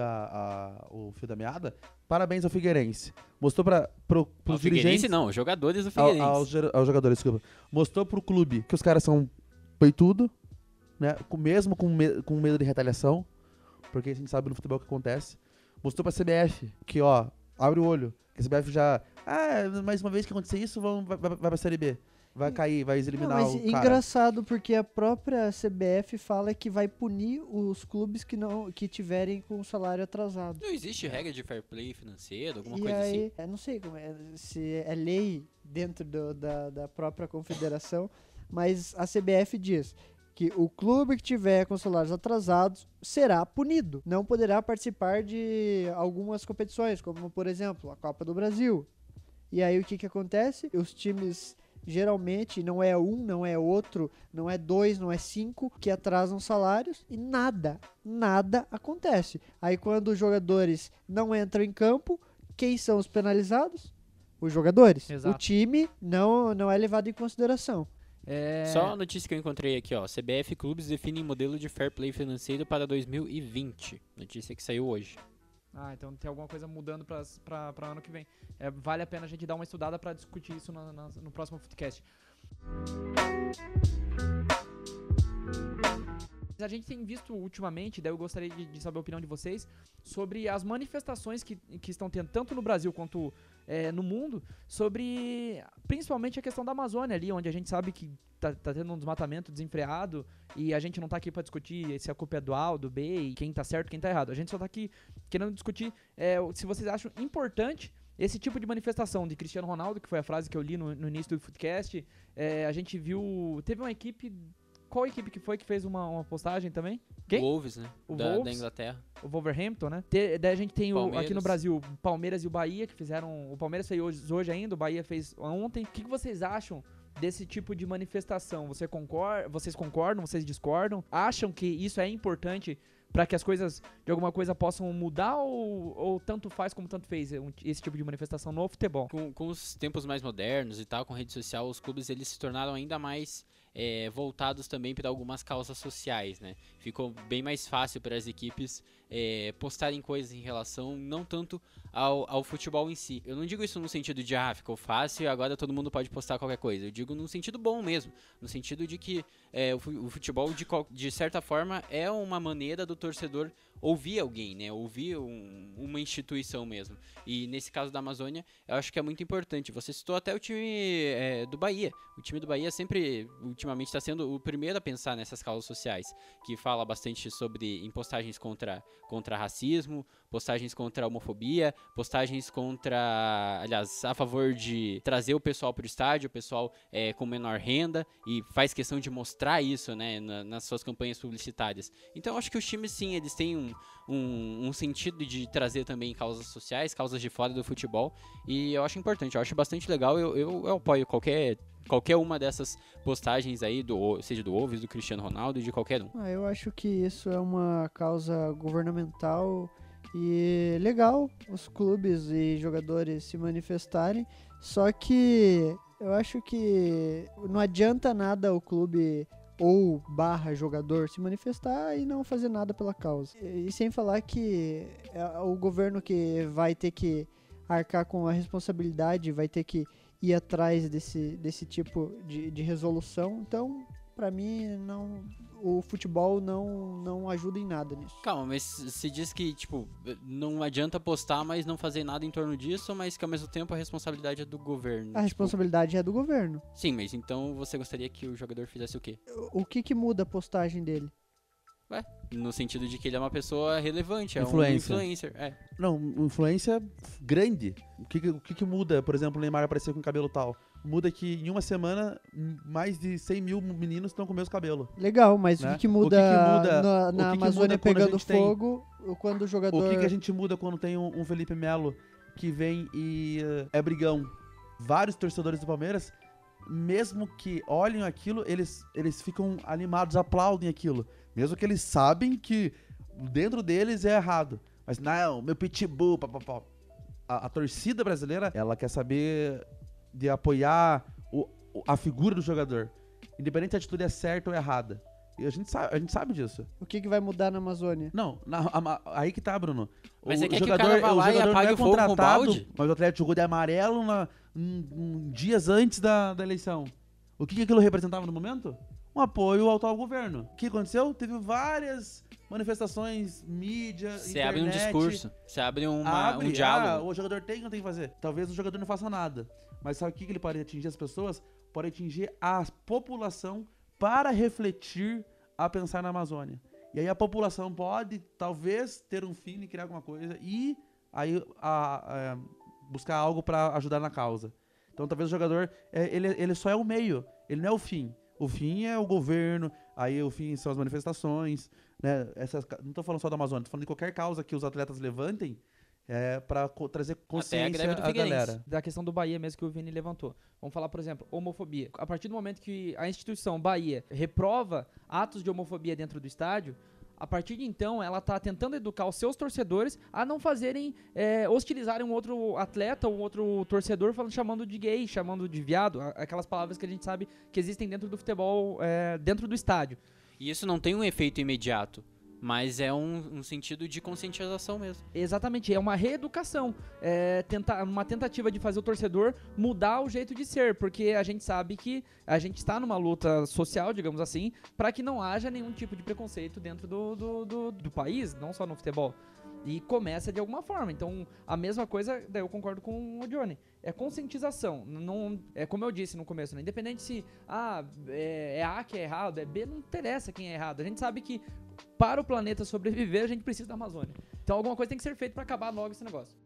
o fio da meada, parabéns ao Figueirense. Mostrou pros Ao dirigentes... Figueirense não, os jogadores do Figueirense. Aos jogadores, desculpa. Mostrou pro clube que os caras são peitudo, né? Mesmo com medo de retaliação, porque a gente sabe no futebol o que acontece. Mostrou pra CBF que, ó, abre o olho. Que a CBF já... mais uma vez que acontecer isso, vai pra Série B. Vai cair, vai eliminar Não, mas o cara. engraçado porque a própria CBF fala que vai punir os clubes que tiverem com o salário atrasado. Não existe regra de fair play financeiro, alguma E coisa aí, assim? eu não sei se é lei dentro da própria confederação, mas a CBF diz que o clube que tiver com salários atrasados será punido. Não poderá participar de algumas competições, como, por exemplo, a Copa do Brasil. E aí o que acontece? Os times... Geralmente não é um, não é outro, não é dois, não é cinco que atrasam salários e nada acontece. Aí quando os jogadores não entram em campo, quem são os penalizados? Os jogadores. Exato. O time não é levado em consideração. Só a notícia que eu encontrei aqui, ó. CBF Clubes definem modelo de fair play financeiro para 2020. Notícia que saiu hoje. Então tem alguma coisa mudando pra ano que vem. Vale a pena a gente dar uma estudada pra discutir isso no próximo podcast. A gente tem visto ultimamente, daí eu gostaria de saber a opinião de vocês, sobre as manifestações que estão tendo, tanto no Brasil quanto no mundo, sobre principalmente a questão da Amazônia ali, onde a gente sabe que tá tendo um desmatamento desenfreado e a gente não tá aqui pra discutir se a culpa é do A ou do B e quem tá certo e quem tá errado. A gente só tá aqui querendo discutir se vocês acham importante esse tipo de manifestação de Cristiano Ronaldo, que foi a frase que eu li no início do podcast. A gente viu... Teve uma equipe... Qual equipe que foi que fez uma postagem também? Quem? Wolves, né? O da Wolves? Inglaterra. O Wolverhampton, né? Daí a gente tem aqui no Palmeiras. Brasil o Palmeiras e o Bahia, que fizeram... O Palmeiras fez hoje ainda, o Bahia fez ontem. O que vocês acham desse tipo de manifestação? Vocês concordam? Vocês discordam? Acham que isso é importante para que as coisas, de alguma coisa, possam mudar ou tanto faz como tanto fez esse tipo de manifestação no futebol? Com os tempos mais modernos e tal, com rede social, os clubes eles se tornaram ainda mais voltados também para algumas causas sociais, né? Ficou bem mais fácil para as equipes postarem coisas em relação não tanto ao futebol em si. Eu não digo isso no sentido de ficou fácil e agora todo mundo pode postar qualquer coisa. Eu digo no sentido bom mesmo, no sentido de que o futebol de certa forma é uma maneira do torcedor ouvir alguém, né? Ouvir uma instituição mesmo. E nesse caso da Amazônia, eu acho que é muito importante. Você citou até o time do Bahia. O time do Bahia sempre, ultimamente, está sendo o primeiro a pensar nessas causas sociais, que fala bastante sobre postagens contra racismo, postagens contra a homofobia, postagens aliás, a favor de trazer o pessoal para o estádio, o pessoal com menor renda, e faz questão de mostrar isso, né, nas suas campanhas publicitárias. Então eu acho que os times, sim, eles têm um sentido de trazer também causas sociais, causas de fora do futebol, e eu acho importante, eu acho bastante legal, eu apoio qualquer uma dessas postagens aí, seja do Wolves, do Cristiano Ronaldo, de qualquer um. Eu acho que isso é uma causa governamental e legal os clubes e jogadores se manifestarem, só que eu acho que não adianta nada o clube ou jogador se manifestar e não fazer nada pela causa. E sem falar que é o governo que vai ter que arcar com a responsabilidade, vai ter que ir atrás desse tipo de resolução. Então, pra mim, o futebol não ajuda em nada nisso. Calma, mas se diz que, tipo, não adianta postar, mas não fazer nada em torno disso, mas que ao mesmo tempo a responsabilidade é do governo. A responsabilidade é do governo. Sim, mas então você gostaria que o jogador fizesse o quê? O que muda a postagem dele? No sentido de que ele é uma pessoa relevante, é um influencer. Não, influência grande. O que muda? Por exemplo, o Neymar apareceu com cabelo tal. Muda que em uma semana, mais de 100 mil meninos estão com o mesmo cabelo. Legal, mas né? O que muda na Amazônia pegando fogo quando o jogador... O que a gente muda quando tem um Felipe Melo que vem e é brigão? Vários torcedores do Palmeiras, mesmo que olhem aquilo, eles ficam animados, aplaudem aquilo. Mesmo que eles sabem que dentro deles é errado. Mas não, meu pitbull, papapá. A torcida brasileira, ela quer saber de apoiar a figura do jogador. Independente se a atitude é certa ou errada. E a gente sabe disso. O que vai mudar na Amazônia? Não, aí que tá, Bruno. Mas é que o cara vai lá e apaga o fogo com o balde. Mas o Atlético jogou de amarelo dias antes da eleição. O que aquilo representava no momento? Um apoio ao atual governo. O que aconteceu? Teve várias manifestações, mídia, internet. Você abre um discurso, você abre um diálogo. O jogador tem que fazer. Talvez o jogador não faça nada. Mas sabe o que ele pode atingir as pessoas? Pode atingir a população para refletir a pensar na Amazônia. E aí a população pode, talvez, ter um fim de criar alguma coisa e aí buscar algo para ajudar na causa. Então talvez o jogador, ele só é o meio, ele não é o fim. O fim é o governo, aí o fim são as manifestações, né? Não tô falando só da Amazônia, tô falando de qualquer causa que os atletas levantem para trazer consciência à galera. Da questão do Bahia mesmo que o Vini levantou. Vamos falar, por exemplo, homofobia. A partir do momento que a instituição Bahia reprova atos de homofobia dentro do estádio, a partir de então, ela tá tentando educar os seus torcedores a não fazerem, hostilizarem um outro atleta ou um outro torcedor chamando de gay, chamando de viado, aquelas palavras que a gente sabe que existem dentro do futebol, dentro do estádio. E isso não tem um efeito imediato, mas é um sentido de conscientização mesmo. Exatamente, é uma reeducação, uma tentativa de fazer o torcedor mudar o jeito de ser, porque a gente sabe que a gente está numa luta social, digamos assim, para que não haja nenhum tipo de preconceito dentro do país, não só no futebol. E começa de alguma forma. Então, a mesma coisa, daí eu concordo com o Johnny. É conscientização. Não, como eu disse no começo, né? Independente se é A que é errado, é B, não interessa quem é errado. A gente sabe que para o planeta sobreviver, a gente precisa da Amazônia. Então, alguma coisa tem que ser feita para acabar logo esse negócio.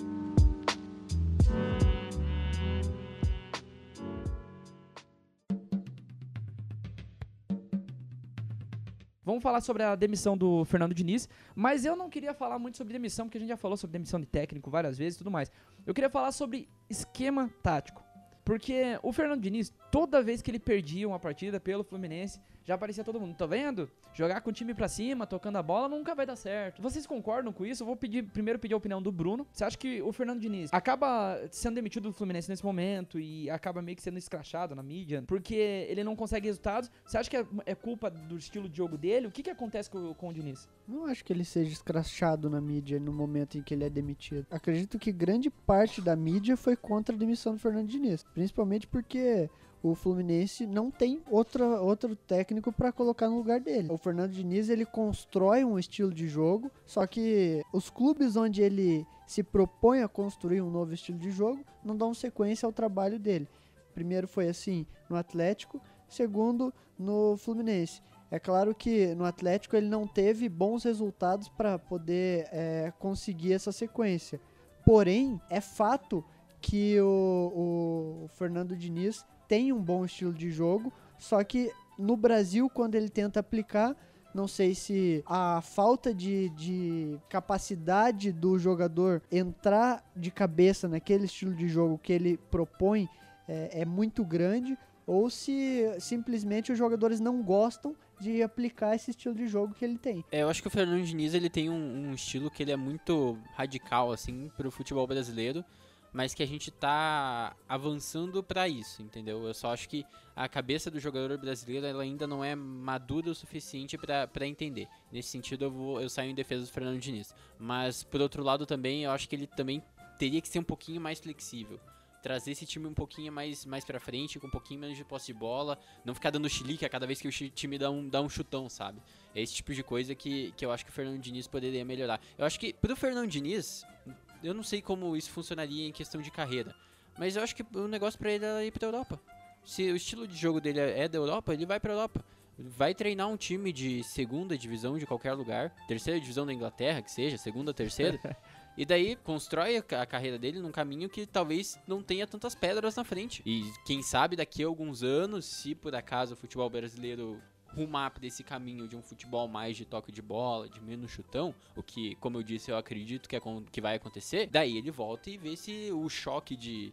Vamos falar sobre a demissão do Fernando Diniz, mas eu não queria falar muito sobre demissão, porque a gente já falou sobre demissão de técnico várias vezes e tudo mais. Eu queria falar sobre esquema tático, porque o Fernando Diniz, toda vez que ele perdia uma partida pelo Fluminense, já aparecia todo mundo, tá vendo? Jogar com o time pra cima, tocando a bola, nunca vai dar certo. Vocês concordam com isso? Eu vou primeiro pedir a opinião do Bruno. Você acha que o Fernando Diniz acaba sendo demitido do Fluminense nesse momento e acaba meio que sendo escrachado na mídia porque ele não consegue resultados? Você acha que é culpa do estilo de jogo dele? O que acontece com o Diniz? Não acho que ele seja escrachado na mídia no momento em que ele é demitido. Acredito que grande parte da mídia foi contra a demissão do Fernando Diniz. Principalmente porque o Fluminense não tem outro técnico para colocar no lugar dele. O Fernando Diniz, ele constrói um estilo de jogo, só que os clubes onde ele se propõe a construir um novo estilo de jogo não dão sequência ao trabalho dele. Primeiro foi assim no Atlético, segundo no Fluminense. É claro que no Atlético ele não teve bons resultados para poder conseguir essa sequência. Porém, é fato que o Fernando Diniz tem um bom estilo de jogo, só que no Brasil, quando ele tenta aplicar, não sei se a falta de capacidade do jogador entrar de cabeça naquele estilo de jogo que ele propõe é muito grande, ou se simplesmente os jogadores não gostam de aplicar esse estilo de jogo que ele tem. Eu acho que o Fernando Diniz ele tem um estilo que ele é muito radical assim, pro futebol brasileiro, mas que a gente tá avançando pra isso, entendeu? Eu só acho que a cabeça do jogador brasileiro ela ainda não é madura o suficiente pra entender. Nesse sentido, eu saio em defesa do Fernando Diniz. Mas, por outro lado, também, eu acho que ele também teria que ser um pouquinho mais flexível. Trazer esse time um pouquinho mais pra frente, com um pouquinho menos de posse de bola, não ficar dando chilique a cada vez que o time dá um chutão, sabe? É esse tipo de coisa que eu acho que o Fernando Diniz poderia melhorar. Eu acho que, pro Fernando Diniz, eu não sei como isso funcionaria em questão de carreira, mas eu acho que o negócio pra ele é ir pra Europa. Se o estilo de jogo dele é da Europa, ele vai pra Europa. Vai treinar um time de segunda divisão de qualquer lugar, terceira divisão da Inglaterra, que seja, segunda, terceira, e daí constrói a carreira dele num caminho que talvez não tenha tantas pedras na frente. E quem sabe daqui a alguns anos, se por acaso o futebol brasileiro rumar para esse caminho de um futebol mais de toque de bola, de menos chutão, o que, como eu disse, eu acredito que vai acontecer, daí ele volta e vê se o choque de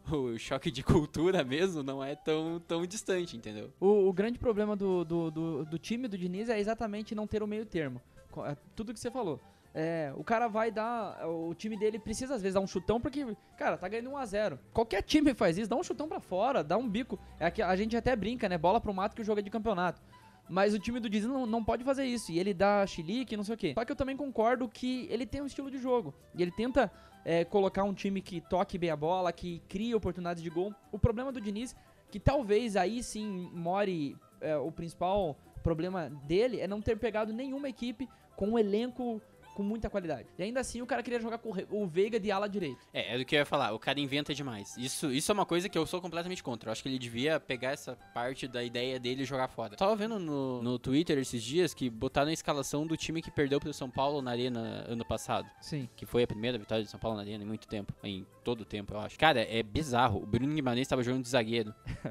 cultura mesmo não é tão distante, entendeu? O grande problema do time do Diniz é exatamente não ter o meio termo. Tudo que você falou. O cara vai dar... O time dele precisa às vezes dar um chutão porque, cara, tá ganhando 1-0. Qualquer time faz isso, dá um chutão pra fora, dá um bico. A gente até brinca, né? Bola pro mato que o jogo é de campeonato. Mas o time do Diniz não pode fazer isso. E ele dá chilique, não sei o quê. Só que eu também concordo que ele tem um estilo de jogo. E ele tenta colocar um time que toque bem a bola, que cria oportunidades de gol. O problema do Diniz, que talvez aí sim more o principal problema dele, é não ter pegado nenhuma equipe com um elenco com muita qualidade. E ainda assim o cara queria jogar com o Veiga de ala direito. É do que eu ia falar, o cara inventa demais. Isso é uma coisa que eu sou completamente contra. Eu acho que ele devia pegar essa parte da ideia dele e jogar fora. Tava vendo no Twitter esses dias que botaram a escalação do time que perdeu pro São Paulo na Arena ano passado. Sim. Que foi a primeira vitória do São Paulo na Arena em muito tempo. Em todo o tempo, eu acho. Cara, é bizarro. O Bruno Guimarães tava jogando de zagueiro.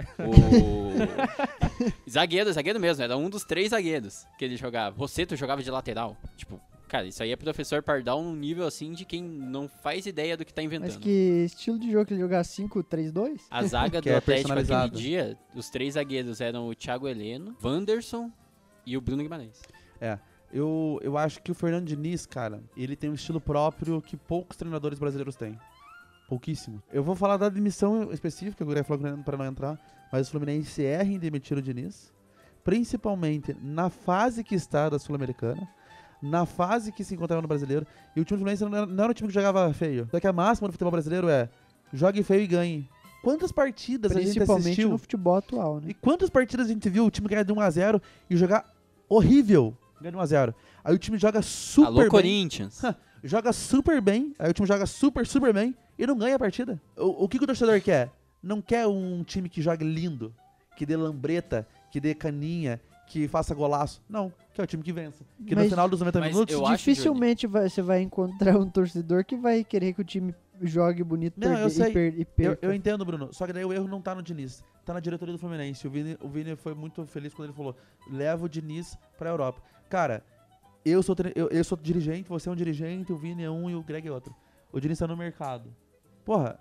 Zagueiro mesmo. Era um dos 3 zagueiros que ele jogava. Rosseto jogava de lateral. Tipo... Cara, isso aí é professor Pardal num nível assim de quem não faz ideia do que tá inventando. Mas que estilo de jogo que ele jogava 5-3-2? A zaga do Atlético aquele dia, os 3 zagueiros eram o Thiago Heleno, Wanderson e o Bruno Guimarães. Eu acho que o Fernando Diniz, cara, ele tem um estilo próprio que poucos treinadores brasileiros têm. Pouquíssimo. Eu vou falar da demissão específica, o Guilherme falou para não entrar, mas o Fluminense erra em demitir o Diniz, principalmente na fase que está da Sul-Americana, na fase que se encontrava no brasileiro, e o time do Fluminense não era um time que jogava feio. Só que a máxima do futebol brasileiro é jogue feio e ganhe. Quantas partidas a gente assistiu? Principalmente no futebol atual, né? E quantas partidas a gente viu o time ganhar de 1-0 e jogar horrível, ganhar de 1-0. Aí o time joga super bem. Alô, Corinthians. Joga super bem, aí o time joga super bem e não ganha a partida. O que o torcedor quer? Não quer um time que jogue lindo, que dê lambreta, que dê caninha, que faça golaço. Não, que é o time que vença. Que no final dos 90 minutos... Dificilmente você vai encontrar um torcedor que vai querer que o time jogue bonito e perca. Eu entendo, Bruno. Só que daí o erro não tá no Diniz. Tá na diretoria do Fluminense. O Vini foi muito feliz quando ele falou: leva o Diniz pra Europa. Cara, eu sou dirigente, você é um dirigente, o Vini é um e o Greg é outro. O Diniz tá no mercado. Porra,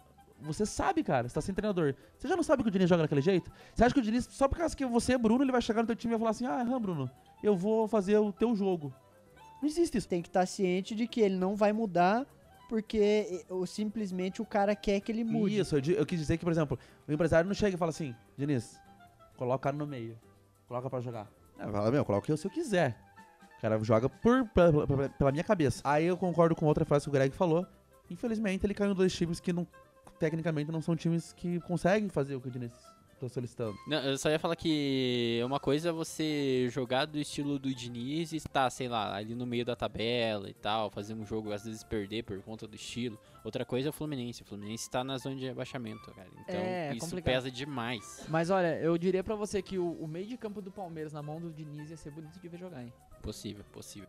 você sabe, cara, você tá sem treinador. Você já não sabe que o Diniz joga daquele jeito? Você acha que o Diniz, só por causa que você é Bruno, ele vai chegar no teu time e vai falar assim, Bruno, eu vou fazer o teu jogo. Não existe isso. Tem que estar ciente de que ele não vai mudar porque simplesmente o cara quer que ele mude. Isso, eu quis dizer que, por exemplo, o empresário não chega e fala assim, Diniz, coloca o cara no meio, coloca pra jogar. Fala, coloca se eu quiser. O cara joga pela minha cabeça. Aí eu concordo com outra frase que o Greg falou. Infelizmente, ele caiu em 2 times que tecnicamente não são times que conseguem fazer o que o Diniz tá solicitando. Não, eu só ia falar que uma coisa é você jogar do estilo do Diniz e estar, sei lá, ali no meio da tabela e tal, fazer um jogo, às vezes perder por conta do estilo. Outra coisa é o Fluminense. O Fluminense tá na zona de rebaixamento, cara. Então isso complicado. Pesa demais. Mas olha, eu diria pra você que o meio de campo do Palmeiras na mão do Diniz ia ser bonito de ver jogar, hein? Possível.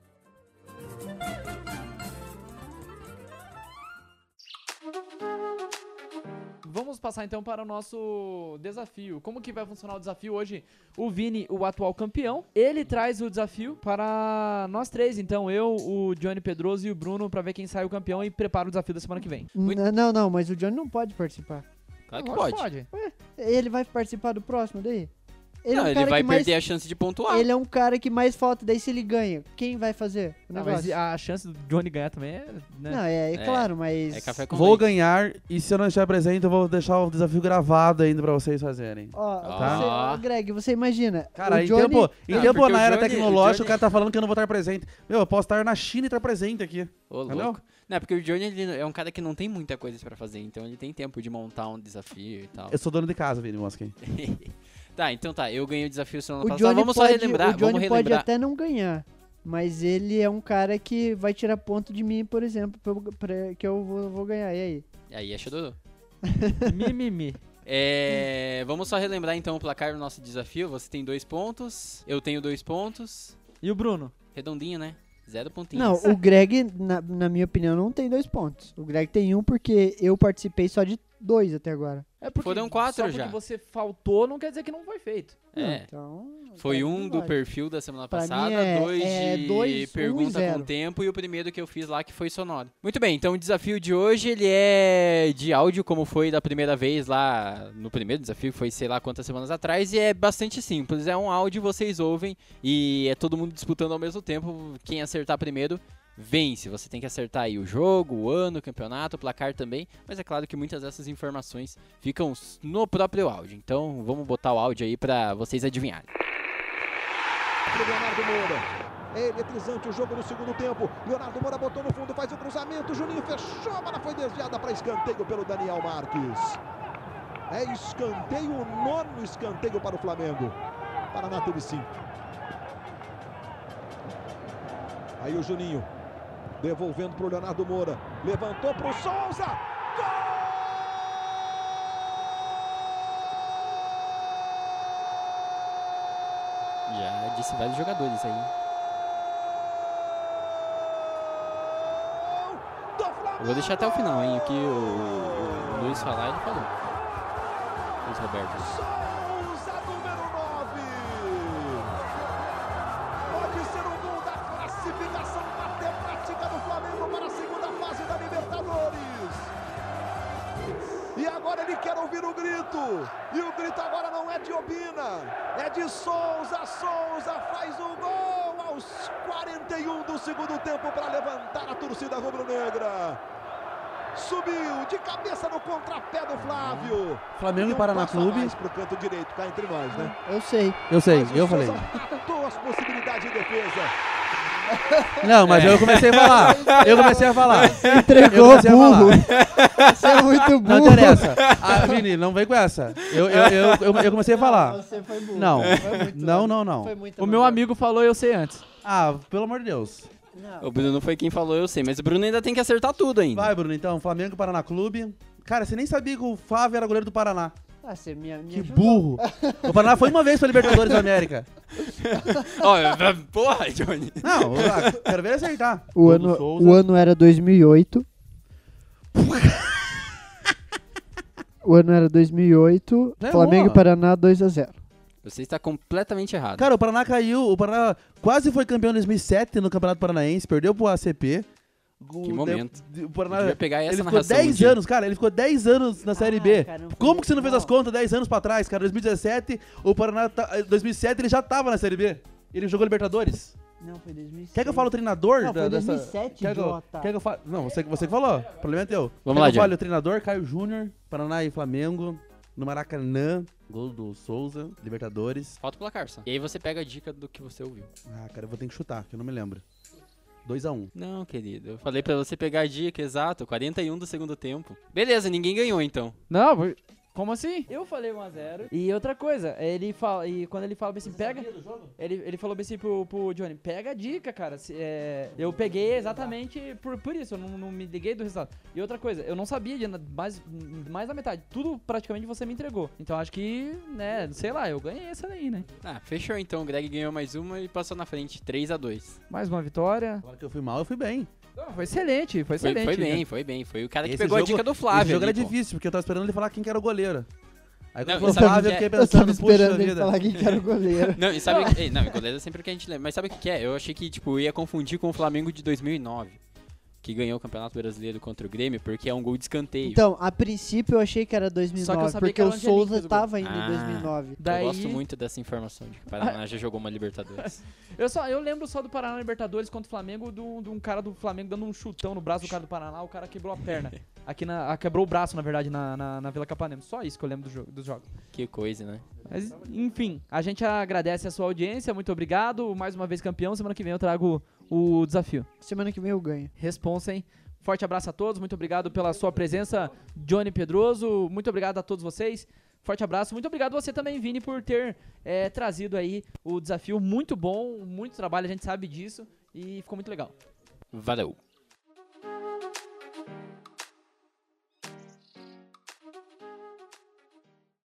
Vamos passar então para o nosso desafio. Como que vai funcionar o desafio hoje? O Vini, o atual campeão, ele traz o desafio para nós 3. Então eu, o Johnny Pedroso e o Bruno, para ver quem sai o campeão e prepara o desafio da semana que vem. Não, mas o Johnny não pode participar. Claro que pode. Ué, ele vai participar do próximo daí? Ele vai perder a chance de pontuar. Ele é um cara que mais falta, daí se ele ganha, quem vai fazer o negócio? Mas a chance do Johnny ganhar também é... Né? Não, é claro, mas... É café com vou leite. ganhar, e se eu não estiver presente, eu vou deixar o desafio gravado ainda pra vocês fazerem. Greg, você imagina... Cara, em tempo na era tecnológica, o cara tá falando que eu não vou estar presente. Eu posso estar na China e estar presente aqui. Louco. Não, porque o Johnny ele é um cara que não tem muita coisa pra fazer, então ele tem tempo de montar um desafio e tal. Eu sou dono de casa, Vini Mosquem. Tá, eu ganhei o desafio semana passada. Vamos só relembrar. O Johnny pode até não ganhar, mas ele é um cara que vai tirar ponto de mim, por exemplo, que eu vou ganhar. E aí é Xodorô. Mimimi. Vamos só relembrar então o placar do nosso desafio. Você tem 2 pontos, eu tenho 2 pontos. E o Bruno? Redondinho, né? 0 pontinhos. Não, o Greg, na minha opinião, não tem 2 pontos. O Greg tem 1 porque eu participei só de 2 até agora. Foram 4 já. Porque você faltou não quer dizer que não foi feito. Então, foi 1 do perfil da semana pra passada, mim 2 de pergunta com tempo e o primeiro que eu fiz lá que foi sonoro. Muito bem, então o desafio de hoje ele é de áudio, como foi da primeira vez lá no primeiro desafio, que foi sei lá quantas semanas atrás, e é bastante simples. É um áudio, vocês ouvem e é todo mundo disputando ao mesmo tempo. Quem acertar primeiro vence. Você tem que acertar aí o jogo, o ano, o campeonato, o placar também, mas é claro que muitas dessas informações ficam no próprio áudio. Então vamos botar o áudio aí pra vocês adivinharem. Leonardo Moura, é eletrizante o jogo no segundo tempo. Leonardo Moura botou no fundo, faz o cruzamento, Juninho fechou, a bola foi desviada para escanteio pelo Daniel Marques. É escanteio, o 9º escanteio para o Flamengo. Paraná teve 5. Aí o Juninho devolvendo para o Leonardo Moura. Levantou para o Souza. Gol! Já disse vários jogadores aí. Eu vou deixar até o final, hein? O que o Luiz falar, ele falou. Luiz Roberto. Souza, número 9. Pode ser o gol da classificação matemática do Flamengo para a segunda fase da Libertadores. E agora ele quer ouvir o grito. E o grito agora não é de Obina, é de Souza. Souza faz o gol aos 41 do segundo tempo para levantar a torcida rubro-negra. Subiu de cabeça no contrapé do Flávio. Flamengo e Paraná Clube. Pro canto direito, cá entre nós, né? Eu sei, eu falei. Matou as possibilidades de defesa. Não, mas eu comecei a falar. Entregou burro. Você é muito burro. Não interessa. Vini, não vem com essa. Eu comecei a falar. Você foi burro. Não. O meu amigo falou, eu sei antes. Pelo amor de Deus. Não. O Bruno foi quem falou, eu sei, mas o Bruno ainda tem que acertar tudo ainda. Vai, Bruno, então, Flamengo e Paraná Clube. Cara, você nem sabia que o Flávio era goleiro do Paraná. Você me que ajudou. Burro. O Paraná foi uma vez pra Libertadores da América. Porra, Johnny. Não, quero ver acertar. O ano era 2008. O ano era 2008. Flamengo e Paraná 2-0. Você está completamente errado. Cara, o Paraná caiu. O Paraná quase foi campeão em 2007 no Campeonato Paranaense. Perdeu pro ACP. Que momento. O Paraná, devia pegar essa ele ficou narração 10 um dia. anos, cara. Ele ficou 10 anos na Série B. Cara, Como que você não fez as contas 10 anos pra trás, cara? 2017, o Paraná... 2007 ele já tava na Série B. Ele jogou Libertadores. Não, foi 2007. Quer que eu fale o treinador? Não, foi 2007, Quer que eu fale... Não, você que falou. O problema é teu. Vamos lá, Quer que eu fale o treinador? Caio Júnior, Paraná e Flamengo, no Maracanã, gol do Souza, Libertadores. Falta o placar só. E aí você pega a dica do que você ouviu. Ah, cara, eu vou ter que chutar, que eu não me lembro. 2-1. Não, querido. Eu falei pra você pegar a dica, exato. 41 do segundo tempo. Beleza, ninguém ganhou então. Não, como assim? Eu falei 1x0. E outra coisa, ele fala, e quando ele fala assim, pega. Ele falou assim pro Johnny, pega a dica, cara. Eu peguei exatamente por isso, eu não me liguei do resultado. E outra coisa, eu não sabia de mais da metade. Tudo praticamente você me entregou. Então acho que, né, sei lá, eu ganhei essa daí, né? Ah, fechou então. O Greg ganhou mais uma e passou na frente. 3-2. Mais uma vitória. Agora que eu fui mal, eu fui bem. Não, foi excelente, foi excelente. Foi bem. Foi o cara que Esse pegou jogo- a dica do Flávio. Esse jogo ali, era pô. difícil, porque eu tava esperando ele falar quem que era o goleiro. Aí Não, quando e falou sabe Flávio, quem eu fiquei Eu tava pensando, puxa esperando ele vida. falar quem que era o goleiro. Não, e sabe... não, goleiro é sempre o que a gente lembra. Mas sabe o que é? Eu achei que, tipo, ia confundir com o Flamengo de 2009. Que ganhou o Campeonato Brasileiro contra o Grêmio, porque é um gol de escanteio. Então, a princípio eu achei que era 2009, Só que eu sabia porque que era o o Angelim que Souza fez o gol. tava ainda em 2009. Daí- Eu gosto muito dessa informação de que o Paraná já jogou uma Libertadores. Eu lembro só do Paraná Libertadores contra o Flamengo, de um cara do Flamengo dando um chutão no braço do cara do Paraná, o cara quebrou a perna. Quebrou o braço, na verdade, na Vila Capanema. Só isso que eu lembro dos jogos. Que coisa, né? Mas, enfim, a gente agradece a sua audiência, muito obrigado. Mais uma vez campeão, semana que vem eu trago o desafio. Semana que vem eu ganho. Responsa, hein? Forte abraço a todos, muito obrigado pela sua presença, Johnny Pedroso. Muito obrigado a todos vocês. Forte abraço. Muito obrigado você também, Vini, por ter trazido aí o desafio. Muito bom, muito trabalho, a gente sabe disso e ficou muito legal. Valeu.